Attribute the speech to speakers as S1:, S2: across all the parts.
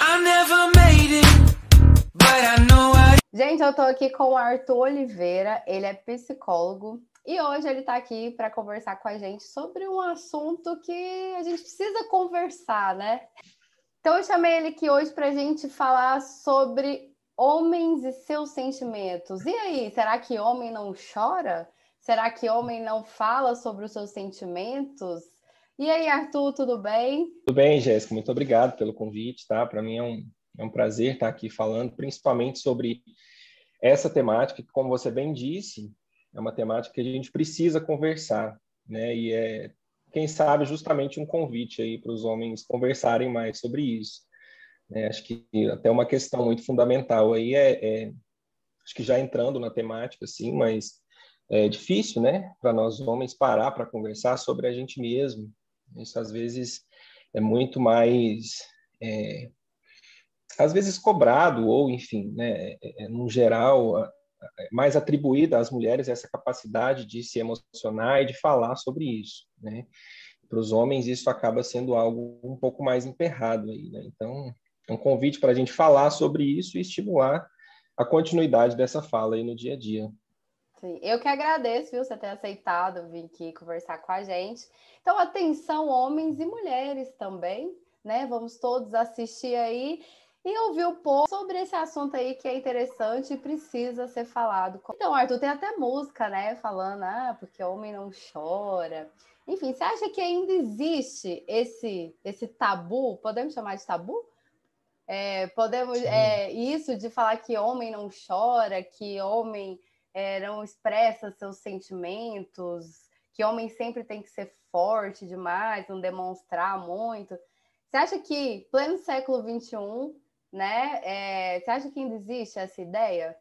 S1: I never made it, but I know I...
S2: Gente, eu tô aqui com o Arthur Oliveira, ele é psicólogo e hoje ele tá aqui para conversar com a gente sobre um assunto que a gente precisa conversar, né? Então eu chamei ele aqui hoje pra gente falar sobre homens e seus sentimentos. E aí, será que homem não chora? Será que homem não fala sobre os seus sentimentos? E aí, Arthur, tudo bem?
S3: Tudo bem, Jéssica, muito obrigado pelo convite, tá? Para mim é um prazer estar aqui falando, principalmente sobre essa temática, que, como você bem disse, é uma temática que a gente precisa conversar, né? E quem sabe, justamente um convite aí para os homens conversarem mais sobre isso, né? Acho que até uma questão muito fundamental aí acho que já entrando na temática, assim, mas é difícil, né? Para nós homens parar para conversar sobre a gente mesmo. Isso às vezes é muito mais às vezes cobrado, ou enfim, né, no geral, mais atribuída às mulheres essa capacidade de se emocionar e de falar sobre isso, né? Para os homens isso acaba sendo algo um pouco mais emperrado aí, né? Então, é um convite para a gente falar sobre isso e estimular a continuidade dessa fala aí no dia a dia.
S2: Sim, eu que agradeço, viu, você ter aceitado vir aqui conversar com a gente. Então, atenção, homens e mulheres também, né? Vamos todos assistir aí e ouvir um pouco sobre esse assunto aí que é interessante e precisa ser falado. Então, Arthur, tem até música, né? Falando, porque homem não chora. Enfim, você acha que ainda existe esse tabu? Podemos chamar de tabu? Podemos,
S3: Sim.
S2: isso de falar que homem não chora, que homem não expressa seus sentimentos, que homem sempre tem que ser forte demais, não demonstrar muito. Você acha que, pleno século XXI, né, você acha que ainda existe essa ideia?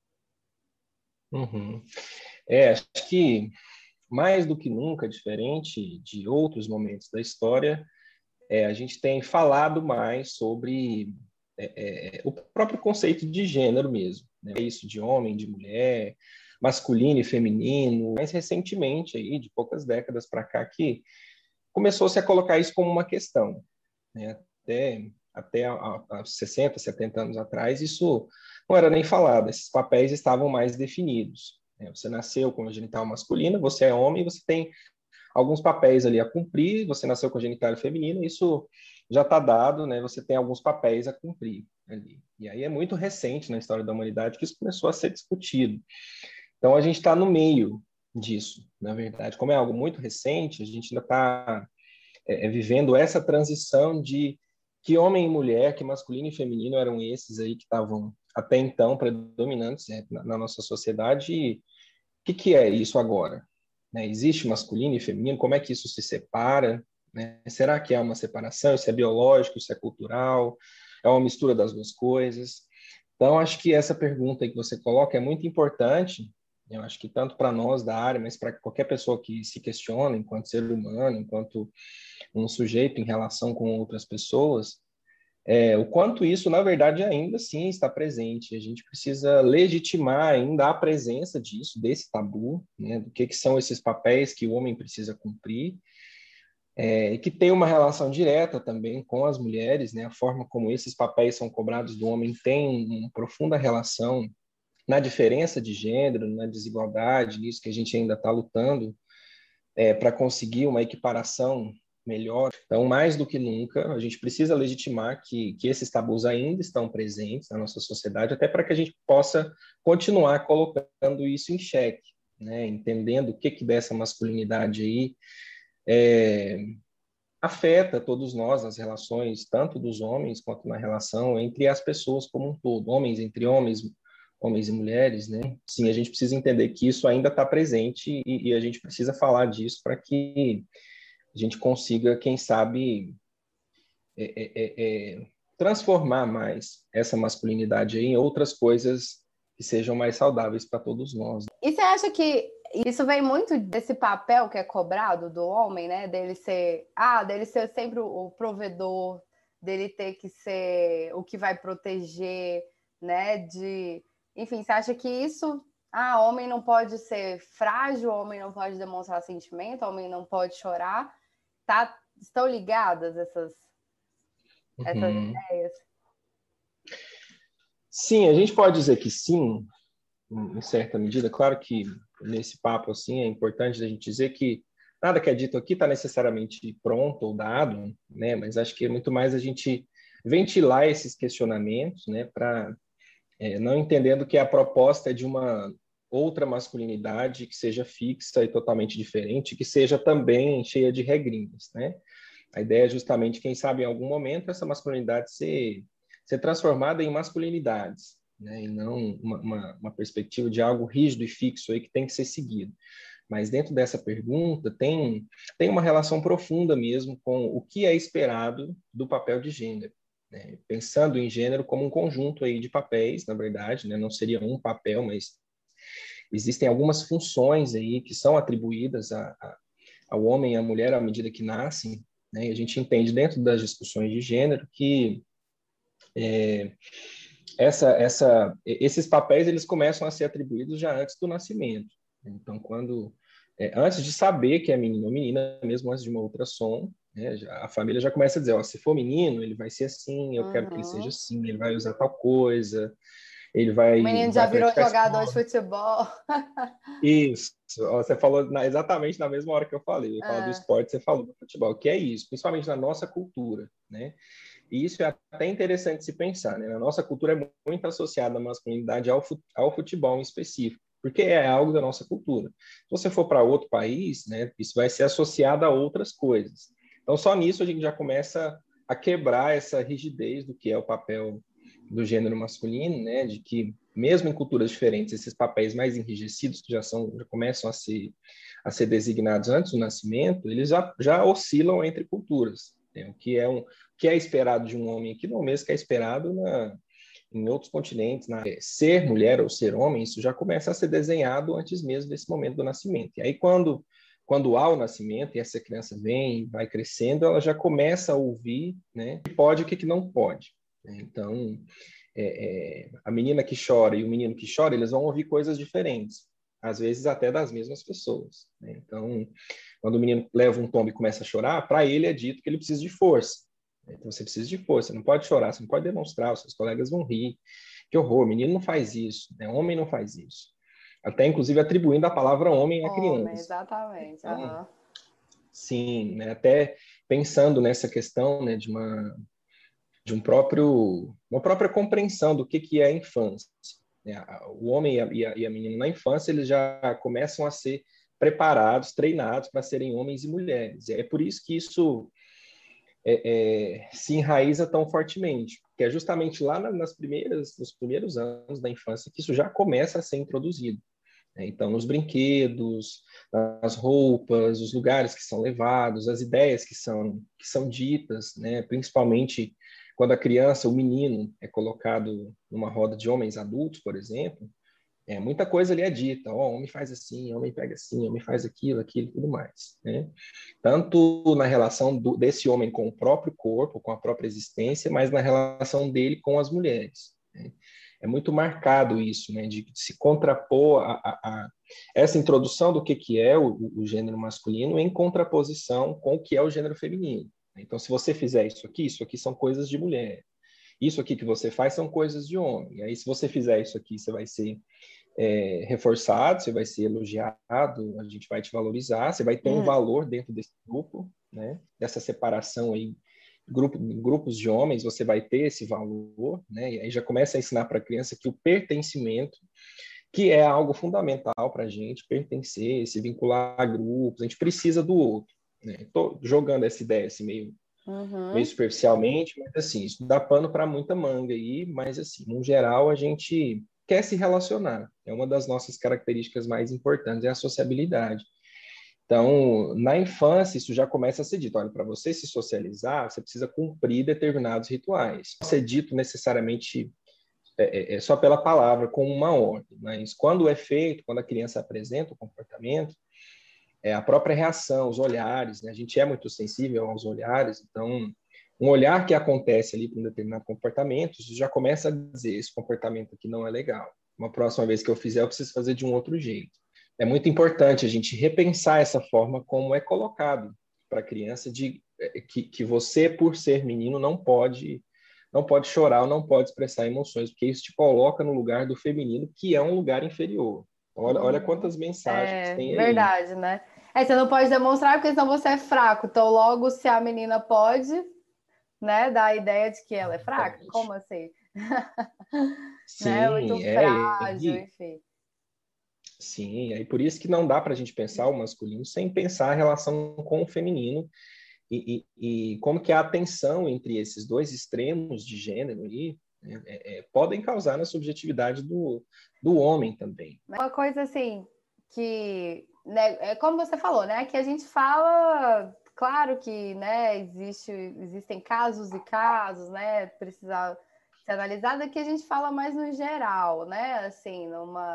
S3: Uhum. Acho que mais do que nunca, diferente de outros momentos da história, a gente tem falado mais sobre o próprio conceito de gênero mesmo, né? Isso de homem, de mulher, masculino e feminino. Mais recentemente, aí, de poucas décadas para cá, que começou-se a colocar isso como uma questão, né? Até há 60, 70 anos atrás, isso não era nem falado, esses papéis estavam mais definidos, né? Você nasceu com a genital masculina, você é homem, você tem alguns papéis ali a cumprir, você nasceu com a genitália feminina, isso já está dado, né? Você tem alguns papéis a cumprir ali. E aí é muito recente na história da humanidade que isso começou a ser discutido. Então a gente está no meio disso, na verdade. Como é algo muito recente, a gente ainda está vivendo essa transição de que homem e mulher, que masculino e feminino eram esses aí que estavam até então predominantes na nossa sociedade. E o que é isso agora? Né? Existe masculino e feminino? Como é que isso se separa? Né? Será que há uma separação? Isso é biológico? Isso é cultural? É uma mistura das duas coisas? Então, acho que essa pergunta que você coloca é muito importante. Eu acho que tanto para nós da área, mas para qualquer pessoa que se questiona enquanto ser humano, enquanto um sujeito em relação com outras pessoas, o quanto isso, na verdade, ainda sim está presente. A gente precisa legitimar ainda a presença disso, desse tabu, né, do que são esses papéis que o homem precisa cumprir, e que tem uma relação direta também com as mulheres, né, a forma como esses papéis são cobrados do homem tem uma profunda relação na diferença de gênero, na desigualdade, nisso que a gente ainda está lutando para conseguir uma equiparação melhor. Então, mais do que nunca, a gente precisa legitimar que esses tabus ainda estão presentes na nossa sociedade, até para que a gente possa continuar colocando isso em xeque, né? Entendendo o que dessa masculinidade aí afeta todos nós nas relações, tanto dos homens quanto na relação entre as pessoas como um todo, homens entre homens, homens e mulheres, né? Sim, a gente precisa entender que isso ainda está presente e a gente precisa falar disso para que a gente consiga, quem sabe, transformar mais essa masculinidade em outras coisas que sejam mais saudáveis para todos nós.
S2: E você acha que isso vem muito desse papel que é cobrado do homem, né? Dele ser sempre o provedor, dele ter que ser o que vai proteger, né? Enfim, você acha que isso, homem não pode ser frágil, homem não pode demonstrar sentimento, homem não pode chorar, estão ligadas essas
S3: Uhum.
S2: ideias?
S3: Sim, a gente pode dizer que sim, em certa medida. Claro que nesse papo assim é importante a gente dizer que nada que é dito aqui está necessariamente pronto ou dado, né? Mas acho que é muito mais a gente ventilar esses questionamentos, né? Para não entendendo que a proposta é de uma outra masculinidade que seja fixa e totalmente diferente, que seja também cheia de regrinhas, né? A ideia é justamente, quem sabe, em algum momento, essa masculinidade ser transformada em masculinidades, né? E não uma perspectiva de algo rígido e fixo aí que tem que ser seguido. Mas dentro dessa pergunta tem uma relação profunda mesmo com o que é esperado do papel de gênero, né? Pensando em gênero como um conjunto aí de papéis, na verdade, né? Não seria um papel, mas existem algumas funções aí que são atribuídas ao homem e à mulher à medida que nascem, né? E a gente entende dentro das discussões de gênero que esses papéis eles começam a ser atribuídos já antes do nascimento. Então, antes de saber que é menino ou menina, mesmo antes de uma ultrassom, né, a família já começa a dizer, ó, se for menino, ele vai ser assim, eu quero que ele seja assim, ele vai usar tal coisa, ele
S2: O menino já
S3: vai
S2: virou
S3: praticar
S2: jogador de
S3: esporte.
S2: futebol.
S3: Isso, você falou exatamente na mesma hora que eu falei. Eu falo do
S2: É.
S3: esporte, você falou do futebol, que é isso, principalmente na nossa cultura, né? E isso é até interessante se pensar, né? A nossa cultura é muito associada à masculinidade ao futebol em específico, porque é algo da nossa cultura. Se você for para outro país, né, isso vai ser associado a outras coisas. Então, só nisso a gente já começa a quebrar essa rigidez do que é o papel do gênero masculino, né, de que mesmo em culturas diferentes, esses papéis mais enrijecidos que já começam a ser designados antes do nascimento, eles já oscilam entre culturas, né? O que é esperado de um homem aqui não é o mesmo que é esperado em outros continentes. Ser mulher ou ser homem, isso já começa a ser desenhado antes mesmo desse momento do nascimento. E aí, quando há o nascimento e essa criança vem, vai crescendo, ela já começa a ouvir, né, o que pode e o que não pode. Então, a menina que chora e o menino que chora, eles vão ouvir coisas diferentes, às vezes até das mesmas pessoas, né? Então, quando o menino leva um tombo e começa a chorar, para ele é dito que ele precisa de força. Então, você precisa de força, você não pode chorar, você não pode demonstrar, os seus colegas vão rir. Que horror, menino não faz isso, né? Homem não faz isso. Até, inclusive, atribuindo a palavra homem à
S2: Homem,
S3: criança.
S2: exatamente.
S3: Então,
S2: Uhum.
S3: sim, né? Até pensando nessa questão, né, uma própria compreensão do que é a infância, né? O homem e a menina na infância, eles já começam a ser preparados, treinados para serem homens e mulheres. É por isso que isso se enraiza tão fortemente, que é justamente lá nos primeiros anos da infância que isso já começa a ser introduzido, né? Então, nos brinquedos, nas roupas, os lugares que são levados, as ideias que são ditas, né? Principalmente quando a criança, o menino, é colocado numa roda de homens adultos, por exemplo, muita coisa ali é dita, ó, homem faz assim, homem pega assim, homem faz aquilo e tudo mais, né? Tanto na relação desse homem com o próprio corpo, com a própria existência, mas na relação dele com as mulheres, né? É muito marcado isso, né, de se contrapor a essa introdução do que é o gênero masculino em contraposição com o que é o gênero feminino. Então, se você fizer isso aqui são coisas de mulher. Isso aqui que você faz são coisas de homem. E aí, se você fizer isso aqui, você vai ser reforçado, você vai ser elogiado, a gente vai te valorizar, você vai ter um valor dentro desse grupo, né? Dessa separação aí, grupos de homens, você vai ter esse valor, né? E aí já começa a ensinar para a criança que o pertencimento, que é algo fundamental para a gente, pertencer, se vincular a grupos, a gente precisa do outro, né? Estou jogando essa ideia assim, meio superficialmente, mas assim, isso dá pano para muita manga aí, mas assim, no geral, a gente quer se relacionar. É uma das nossas características mais importantes, é a sociabilidade. Então, na infância, isso já começa a ser dito. Olha, para você se socializar, você precisa cumprir determinados rituais. Não ser dito necessariamente só pela palavra, como uma ordem, mas quando é feito, quando a criança apresenta o comportamento, a própria reação, os olhares, né? A gente é muito sensível aos olhares, então um olhar que acontece ali para um determinado comportamento, isso já começa a dizer, esse comportamento aqui não é legal. Uma próxima vez que eu fizer, eu preciso fazer de um outro jeito. É muito importante a gente repensar essa forma como é colocado para a criança que você, por ser menino, não pode não pode chorar ou não pode expressar emoções, porque isso te coloca no lugar do feminino, que é um lugar inferior. Olha quantas mensagens
S2: É
S3: tem aí.
S2: verdade, né? Você não pode demonstrar porque senão você é fraco. Então, logo, se a menina pode, né, dá a ideia de que ela é fraca? Como assim? Né? Muito
S3: Sim,
S2: frágil, enfim.
S3: sim, aí por isso que não dá para a gente pensar o masculino sem pensar a relação com o feminino e como que a tensão entre esses dois extremos de gênero aí, né, podem causar na subjetividade do homem também.
S2: Uma coisa assim que, né, é como você falou, né, que a gente fala, claro que, né, existem casos e casos, né, precisa ser analisado, que a gente fala mais no geral, né, assim,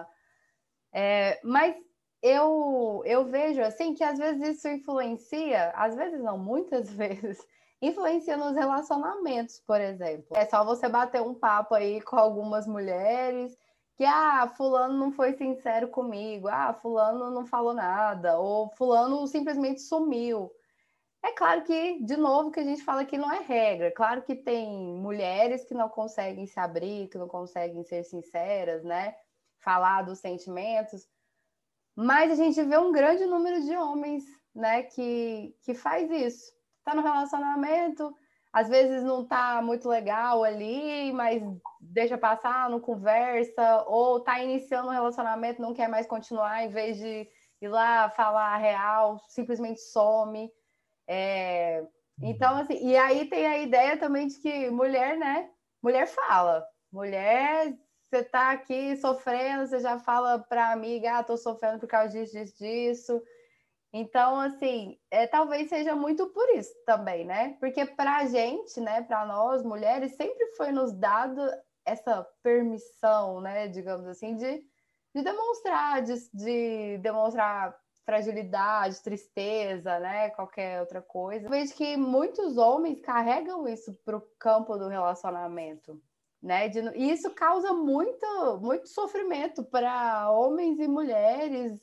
S2: mas eu vejo assim que às vezes isso influencia, às vezes não, muitas vezes, influencia nos relacionamentos, por exemplo. É só você bater um papo aí com algumas mulheres que, fulano não foi sincero comigo, fulano não falou nada, ou fulano simplesmente sumiu. É claro que, de novo, que a gente fala que não é regra. Claro que tem mulheres que não conseguem se abrir, que não conseguem ser sinceras, né? Falar dos sentimentos. Mas a gente vê um grande número de homens, né, que faz isso. Tá no relacionamento, às vezes não tá muito legal ali, mas deixa passar, não conversa, ou tá iniciando um relacionamento, não quer mais continuar, em vez de ir lá falar a real, simplesmente some. Então, assim, e aí tem a ideia também de que mulher, né? Mulher fala. Mulher, você tá aqui sofrendo, você já fala pra amiga, tô sofrendo por causa disso, disso, disso. Então, assim, talvez seja muito por isso também, né? Porque pra gente, né, pra nós, mulheres, sempre foi nos dado essa permissão, né, digamos assim, de demonstrar, de demonstrar fragilidade, tristeza, né? Qualquer outra coisa. Eu vejo que muitos homens carregam isso para o campo do relacionamento, né? E isso causa muito sofrimento para homens e mulheres,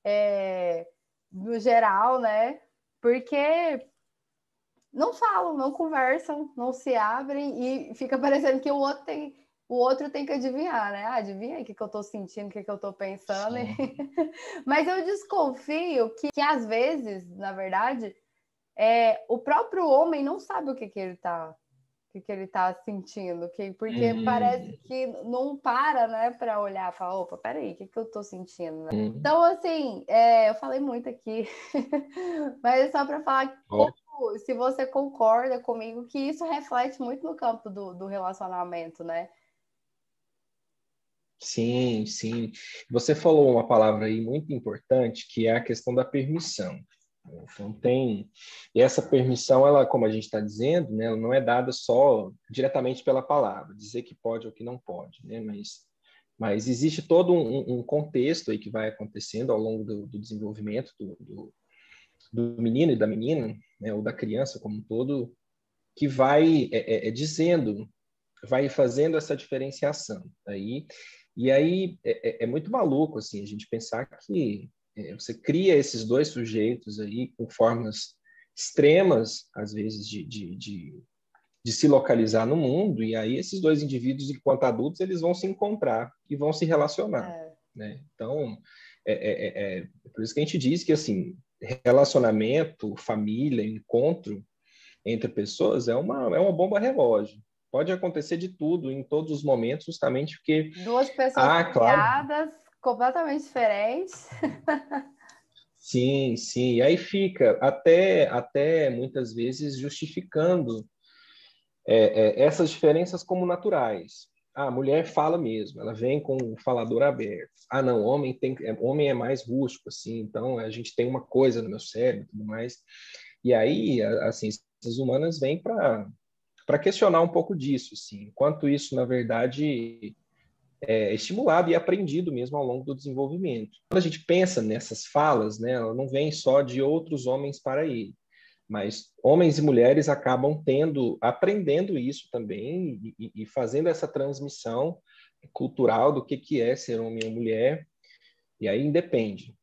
S2: no geral, né? Porque não falam, não conversam, não se abrem e fica parecendo que o outro tem que adivinhar, né? Adivinha o que eu tô sentindo, o que eu tô pensando. Mas eu desconfio que às vezes, na verdade, o próprio homem não sabe o que ele tá sentindo, porque parece que não para, né, para olhar e falar, opa, peraí, o que eu tô sentindo? Né? Então, assim, eu falei muito aqui, mas é só para falar se você concorda comigo que isso reflete muito no campo do relacionamento, né?
S3: Sim, sim. Você falou uma palavra aí muito importante, que é a questão da permissão. Então e essa permissão, ela, como a gente está dizendo, né, ela não é dada só diretamente pela palavra, dizer que pode ou que não pode, né, mas existe todo um contexto aí que vai acontecendo ao longo do desenvolvimento do menino e da menina, né, ou da criança como um todo, que vai dizendo, vai fazendo essa diferenciação aí. E aí é muito maluco assim a gente pensar que você cria esses dois sujeitos aí com formas extremas, às vezes, de se localizar no mundo, e aí esses dois indivíduos, enquanto adultos, eles vão se encontrar e vão se relacionar. Né? Então, é por isso que a gente diz que assim, relacionamento, família, encontro entre pessoas é uma bomba relógio. Pode acontecer de tudo, em todos os momentos, justamente porque...
S2: Duas pessoas
S3: claro.
S2: criadas, completamente diferentes.
S3: Sim, sim. E aí fica até muitas vezes justificando essas diferenças como naturais. A mulher fala mesmo, ela vem com o falador aberto. Não, homem é mais rústico, assim, então a gente tem uma coisa no meu cérebro e tudo mais. E aí, assim, as ciências humanas vêm para questionar um pouco disso, assim, enquanto isso, na verdade, é estimulado e aprendido mesmo ao longo do desenvolvimento. Quando a gente pensa nessas falas, né, ela não vem só de outros homens para ele, mas homens e mulheres acabam aprendendo isso também e fazendo essa transmissão cultural do que é ser homem ou mulher, e aí independe.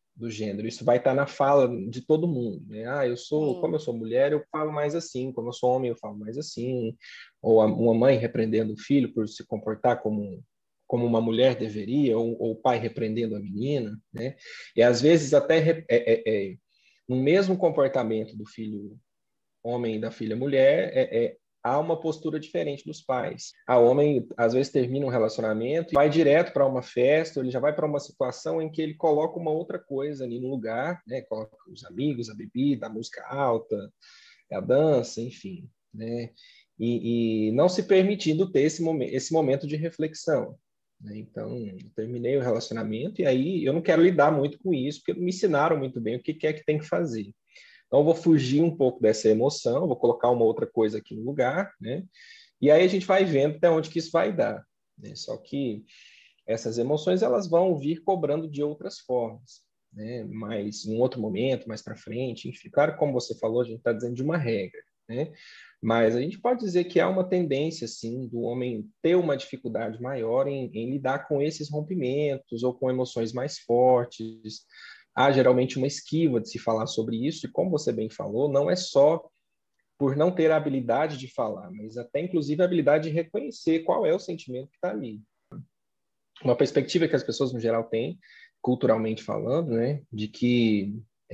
S3: do gênero. Isso vai estar na fala de todo mundo, né? Como
S2: Sim.
S3: eu sou mulher, eu falo mais assim, como eu sou homem, eu falo mais assim. Ou uma mãe repreendendo o filho por se comportar como uma mulher deveria, ou o pai repreendendo a menina, né? E às vezes até no mesmo comportamento do filho homem e da filha mulher, há uma postura diferente dos pais. A homem, às vezes, termina um relacionamento, vai direto para uma festa, ele já vai para uma situação em que ele coloca uma outra coisa ali no lugar, né? Coloca os amigos, a bebida, a música alta, a dança, enfim, né? E não se permitindo ter esse momento de reflexão. Né? Então, eu terminei o relacionamento e aí eu não quero lidar muito com isso, porque não me ensinaram muito bem o que é que tem que fazer. Então, eu vou fugir um pouco dessa emoção, vou colocar uma outra coisa aqui no lugar, né? E aí a gente vai vendo até onde que isso vai dar, né? Só que essas emoções, elas vão vir cobrando de outras formas, né? Mas em outro momento, mais para frente, enfim. Claro, como você falou, a gente está dizendo de uma regra, né? Mas a gente pode dizer que há uma tendência, sim, do homem ter uma dificuldade maior em lidar com esses rompimentos ou com emoções mais fortes. Há geralmente uma esquiva de se falar sobre isso, e como você bem falou, não é só por não ter a habilidade de falar, mas até inclusive a habilidade de reconhecer qual é o sentimento que está ali. Uma perspectiva que as pessoas no geral têm, culturalmente falando, né, de que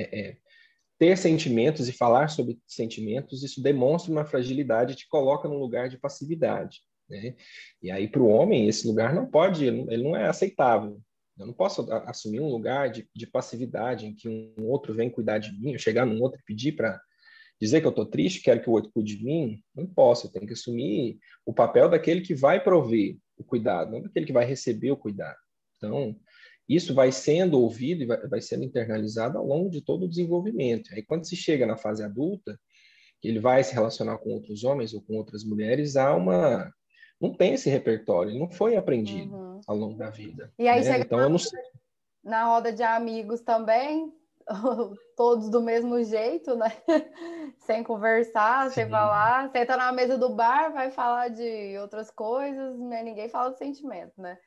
S3: ter sentimentos e falar sobre sentimentos, isso demonstra uma fragilidade e te coloca num lugar de passividade, né? E aí, para o homem, esse lugar não pode, ele não é aceitável. Eu não posso assumir um lugar de passividade em que um outro vem cuidar de mim, eu chegar num outro e pedir para dizer que eu estou triste, quero que o outro cuide de mim. Não posso, eu tenho que assumir o papel daquele que vai prover o cuidado, não daquele que vai receber o cuidado. Então, isso vai sendo ouvido e vai sendo internalizado ao longo de todo o desenvolvimento. Aí, quando se chega na fase adulta, que ele vai se relacionar com outros homens ou com outras mulheres, não tem esse repertório, ele não foi aprendido
S2: Uhum.
S3: ao longo da vida,
S2: E aí
S3: né?
S2: chega
S3: Então, eu não sei.
S2: na roda de amigos também, todos do mesmo jeito, né? Sem conversar, sem
S3: Sim,
S2: falar. Senta na mesa do bar, vai falar de outras coisas, mas ninguém fala de sentimento, né?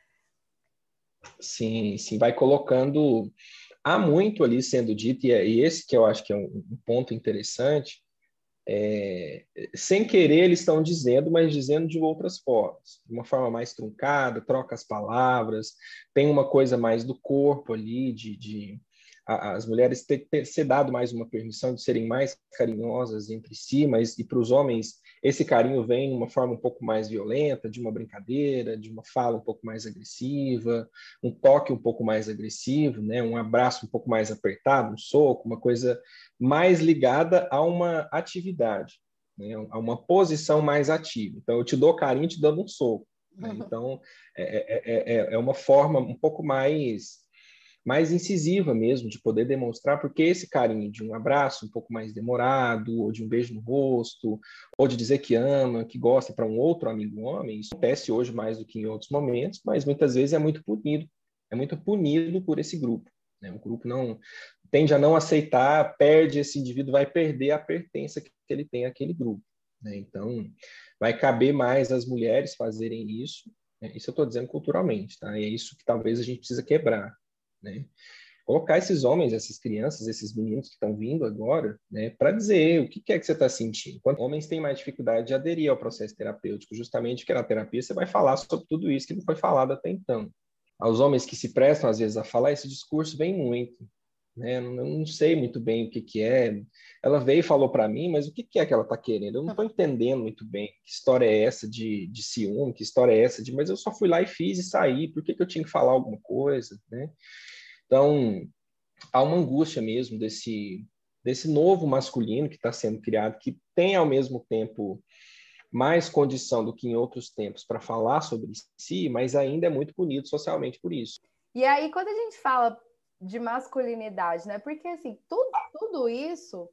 S3: sim, sim, vai colocando. Há muito ali sendo dito, e esse que eu acho que é um ponto interessante, sem querer eles estão dizendo, mas dizendo de outras formas, de uma forma mais truncada, troca as palavras, tem uma coisa mais do corpo ali, as mulheres ser dado mais uma permissão de serem mais carinhosas entre si, mas e para os homens esse carinho vem de uma forma um pouco mais violenta, de uma brincadeira, de uma fala um pouco mais agressiva, um toque um pouco mais agressivo, né? Um abraço um pouco mais apertado, um soco, uma coisa mais ligada a uma atividade, né? A uma posição mais ativa. Então, eu te dou carinho te dando um soco. Né? Então, é uma forma um pouco mais incisiva mesmo, de poder demonstrar, porque esse carinho de um abraço um pouco mais demorado, ou de um beijo no rosto, ou de dizer que ama, que gosta para um outro amigo homem, isso acontece hoje mais do que em outros momentos, mas muitas vezes é muito punido por esse grupo. Né? O grupo não tende a não aceitar, perde esse indivíduo, vai perder a pertença que ele tem àquele grupo. Né? Então, vai caber mais às mulheres fazerem isso, né? Isso eu estou dizendo culturalmente, tá? E é isso que talvez a gente precisa quebrar, né? Colocar esses homens, essas crianças, esses meninos que estão vindo agora, né, para dizer o que é que você está sentindo. Quando homens têm mais dificuldade de aderir ao processo terapêutico, justamente porque na terapia você vai falar sobre tudo isso que não foi falado até então. Aos homens que se prestam, às vezes, a falar, esse discurso vem muito. Né? Eu não sei muito bem o que é. Ela veio e falou para mim, mas o que é que ela está querendo? Eu não estou entendendo muito bem que história é essa de ciúme, que história é essa de, mas eu só fui lá e fiz e saí, por que eu tinha que falar alguma coisa? Né? Então, há uma angústia mesmo desse novo masculino que está sendo criado, que tem ao mesmo tempo mais condição do que em outros tempos para falar sobre si, mas ainda é muito punido socialmente por isso.
S2: E aí, quando a gente fala de masculinidade, né? Porque assim, tudo isso,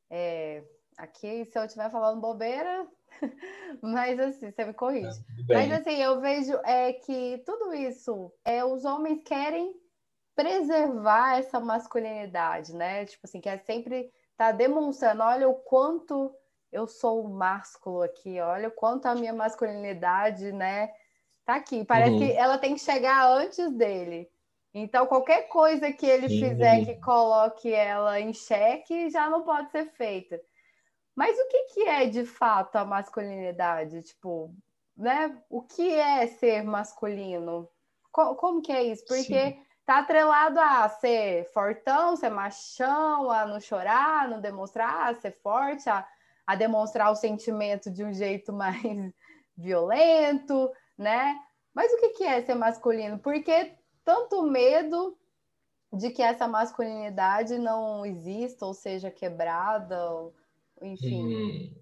S2: aqui, se eu estiver falando bobeira, mas assim, você me corrige.
S3: Tudo
S2: Mas
S3: bem.
S2: assim, eu vejo que tudo isso, os homens querem preservar essa masculinidade, né? Tipo assim, quer sempre tá demonstrando, olha o quanto eu sou másculo aqui, olha o quanto a minha masculinidade, né, tá aqui. Parece que
S3: Uhum.
S2: ela tem que chegar antes dele. Então, qualquer coisa que ele fizer que
S3: Sim,
S2: coloque ela em xeque já não pode ser feita. Mas o que que é de fato a masculinidade? Tipo, né? O que é ser masculino? Como que é isso?
S3: sim.
S2: Porque tá atrelado a ser fortão, ser machão, a não chorar, a não demonstrar, a ser forte, a demonstrar o sentimento de um jeito mais violento, né? Mas o que que é ser masculino? Porque tanto medo de que essa masculinidade não exista ou seja quebrada, enfim.
S3: Hum,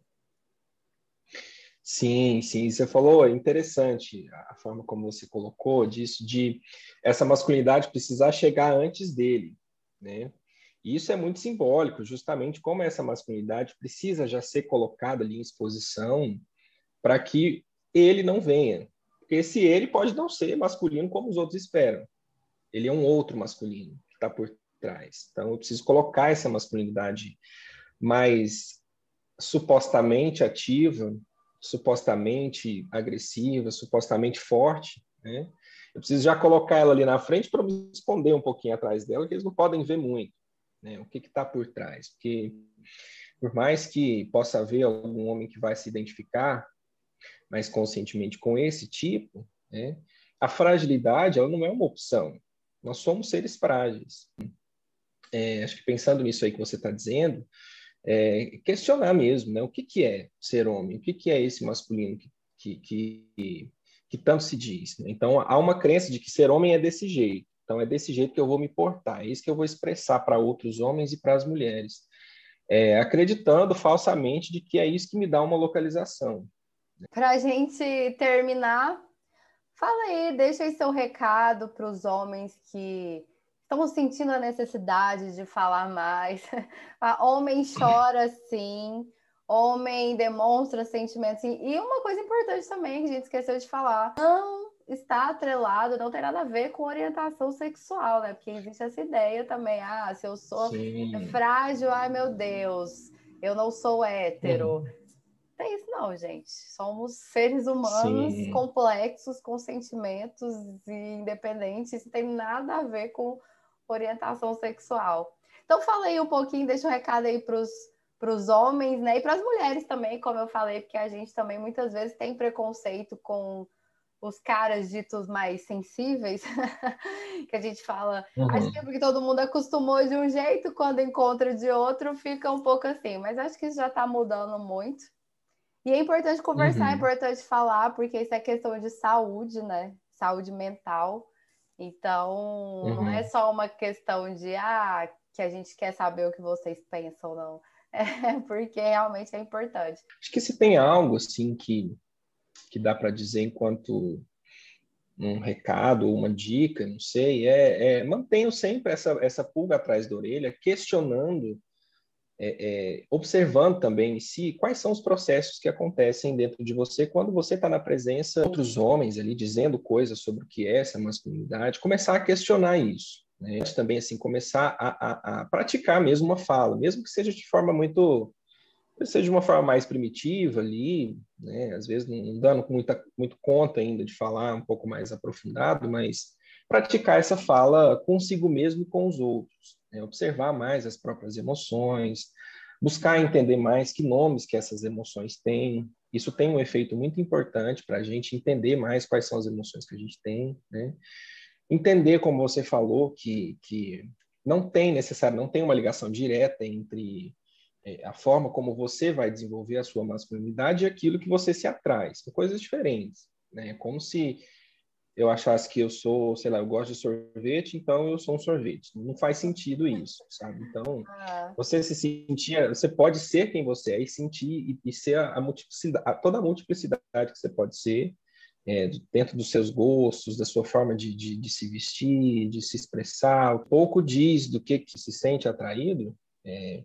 S3: sim, sim. Você falou, é interessante a forma como você colocou disso, de essa masculinidade precisar chegar antes dele, né? E isso é muito simbólico, justamente como essa masculinidade precisa já ser colocada ali em exposição para que ele não venha. Porque esse ele pode não ser masculino como os outros esperam. Ele é um outro masculino que está por trás. Então, eu preciso colocar essa masculinidade mais supostamente ativa, supostamente agressiva, supostamente forte, né? Eu preciso já colocar ela ali na frente para me esconder um pouquinho atrás dela, que eles não podem ver muito, né? O que está por trás? Porque por mais que possa haver algum homem que vai se identificar mais conscientemente com esse tipo, né? A fragilidade, ela não é uma opção. Nós somos seres frágeis. Acho que pensando nisso aí que você está dizendo, questionar mesmo, né? O que que é ser homem? O que que é esse masculino que, que, que tanto se diz, né? Então, há uma crença de que ser homem é desse jeito. Então, é desse jeito que eu vou me portar. É isso que eu vou expressar para outros homens e para as mulheres. Acreditando falsamente de que é isso que me dá uma localização.
S2: Para a gente terminar, fala aí, deixa aí seu recado para os homens que estão sentindo a necessidade de falar mais. Homem chora sim, homem demonstra sentimentos sim. E uma coisa importante também que a gente esqueceu de falar, não está atrelado, não tem nada a ver com orientação sexual, né? Porque existe essa ideia também, se eu sou
S3: Sim.
S2: frágil, ai meu Deus, eu não sou hétero.
S3: Uhum.
S2: Tem isso não, gente. Somos seres humanos
S3: Sim.
S2: complexos, com sentimentos e independentes. Isso tem nada a ver com orientação sexual. Então, falei um pouquinho, deixa um recado aí para os homens, né? E para as mulheres também, como eu falei, porque a gente também muitas vezes tem preconceito com os caras ditos mais sensíveis, que a gente fala, acho que é
S3: Uhum.
S2: porque todo mundo acostumou de um jeito, quando encontra de outro, fica um pouco assim. Mas acho que isso já está mudando muito. E é importante conversar, é
S3: Uhum.
S2: importante falar, porque isso é questão de saúde, né? Saúde mental. Então, não é
S3: Uhum.
S2: só uma questão de que a gente quer saber o que vocês pensam, não. É porque realmente é importante.
S3: Acho que se tem algo assim que dá para dizer enquanto um recado ou uma dica, não sei, mantenham sempre essa pulga atrás da orelha, questionando, observando também em si quais são os processos que acontecem dentro de você quando você está na presença de outros homens ali dizendo coisas sobre o que é essa masculinidade, começar a questionar isso. Né? Também assim começar a praticar mesmo uma fala, mesmo que seja de forma seja de uma forma mais primitiva ali, né? Às vezes não dando muito conta ainda de falar um pouco mais aprofundado, mas praticar essa fala consigo mesmo e com os outros, né? Observar mais as próprias emoções, buscar entender mais que nomes que essas emoções têm. Isso tem um efeito muito importante para a gente entender mais quais são as emoções que a gente tem, né? Entender, como você falou, que não tem uma ligação direta entre a forma como você vai desenvolver a sua masculinidade e aquilo que você se atrai. São coisas diferentes, né? Como se eu achasse que eu sou, sei lá, eu gosto de sorvete, então eu sou um sorvete. Não faz sentido isso, sabe? Então,
S2: Ah,
S3: você pode ser quem você é e sentir e ser a multiplicidade, toda a multiplicidade que você pode ser, dentro dos seus gostos, da sua forma de se vestir, de se expressar. Um pouco diz do que se sente atraído, é,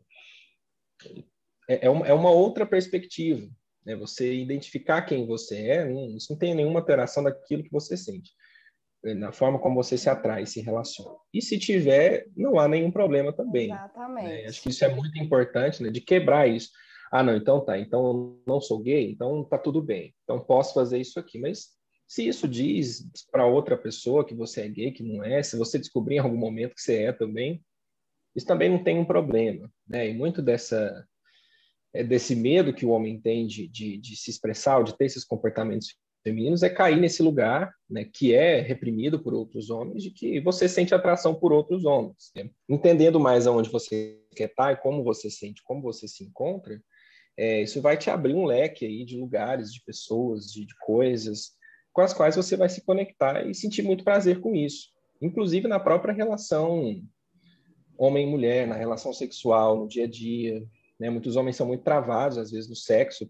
S3: é uma outra perspectiva. Né? Você identificar quem você é, isso não tem nenhuma alteração daquilo que você sente, na forma como você se atrai e se relaciona. E se tiver, não há nenhum problema também. Né? Acho
S2: exatamente.
S3: que isso é muito importante, né? De quebrar isso. Ah, não, então tá, então eu não sou gay, então tá tudo bem, então posso fazer isso aqui, mas Se isso diz para outra pessoa que você é gay, que não é, se você descobrir em algum momento que você é também, isso também não tem um problema, né? E muito desse medo que o homem tem de se expressar, ou de ter esses comportamentos femininos, é cair nesse lugar, né, que é reprimido por outros homens, de que você sente atração por outros homens, né? Entendendo mais aonde você quer estar e como você sente, como você se encontra, isso vai te abrir um leque aí de lugares, de pessoas, de coisas com as quais você vai se conectar e sentir muito prazer com isso. Inclusive na própria relação homem e mulher, na relação sexual, no dia a dia, né? Muitos homens são muito travados, às vezes, no sexo,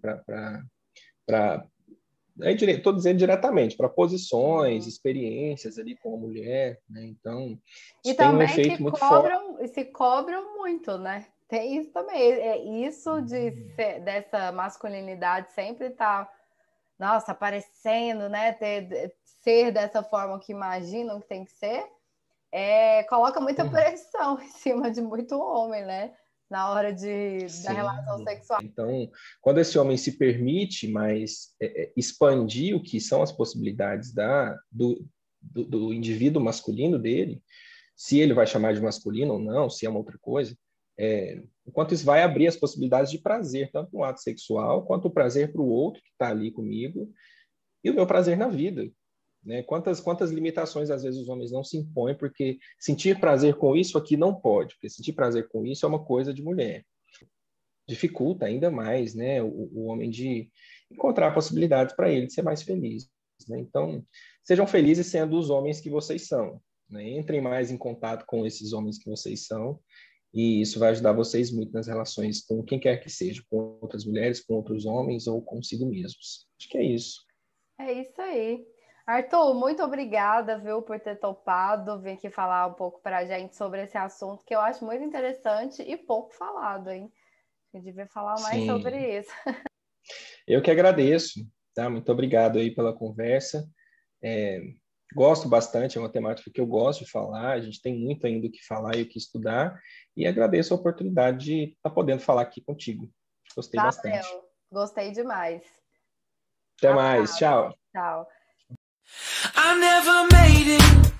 S3: estou dizendo diretamente, para posições, experiências ali com a mulher, né? Então,
S2: E
S3: isso tem um
S2: também
S3: efeito muito forte.
S2: se cobram muito, né? Tem isso também. Isso dessa masculinidade sempre tá, nossa, aparecendo, né? Ser dessa forma que imaginam que tem que ser, coloca muita pressão em cima de muito homem, né? Na hora da relação sexual.
S3: Então, quando esse homem se permite mais expandir o que são as possibilidades do indivíduo masculino dele, se ele vai chamar de masculino ou não, se é uma outra coisa, enquanto isso vai abrir as possibilidades de prazer, tanto no ato sexual, quanto o prazer para o outro que está ali comigo, e o meu prazer na vida. Né? Quantas limitações, às vezes, os homens não se impõem, porque sentir prazer com isso aqui não pode, porque sentir prazer com isso é uma coisa de mulher. Dificulta ainda mais, né, o homem de encontrar possibilidades para ele de ser mais feliz. Né? Então, sejam felizes sendo os homens que vocês são. Né? Entrem mais em contato com esses homens que vocês são, e isso vai ajudar vocês muito nas relações com quem quer que seja, com outras mulheres, com outros homens ou consigo mesmos. Acho que é isso.
S2: É isso aí. Arthur, muito obrigada, viu, por ter topado vir aqui falar um pouco para a gente sobre esse assunto que eu acho muito interessante e pouco falado, hein? Eu devia falar mais sobre isso.
S3: Eu que agradeço, tá? Muito obrigado aí pela conversa. Gosto bastante, é uma temática que eu gosto de falar, a gente tem muito ainda o que falar e o que estudar, e agradeço a oportunidade de estar podendo falar aqui contigo. Gostei bastante.
S2: Gostei demais.
S3: Até mais, tchau.
S2: Tchau.
S1: I never made it.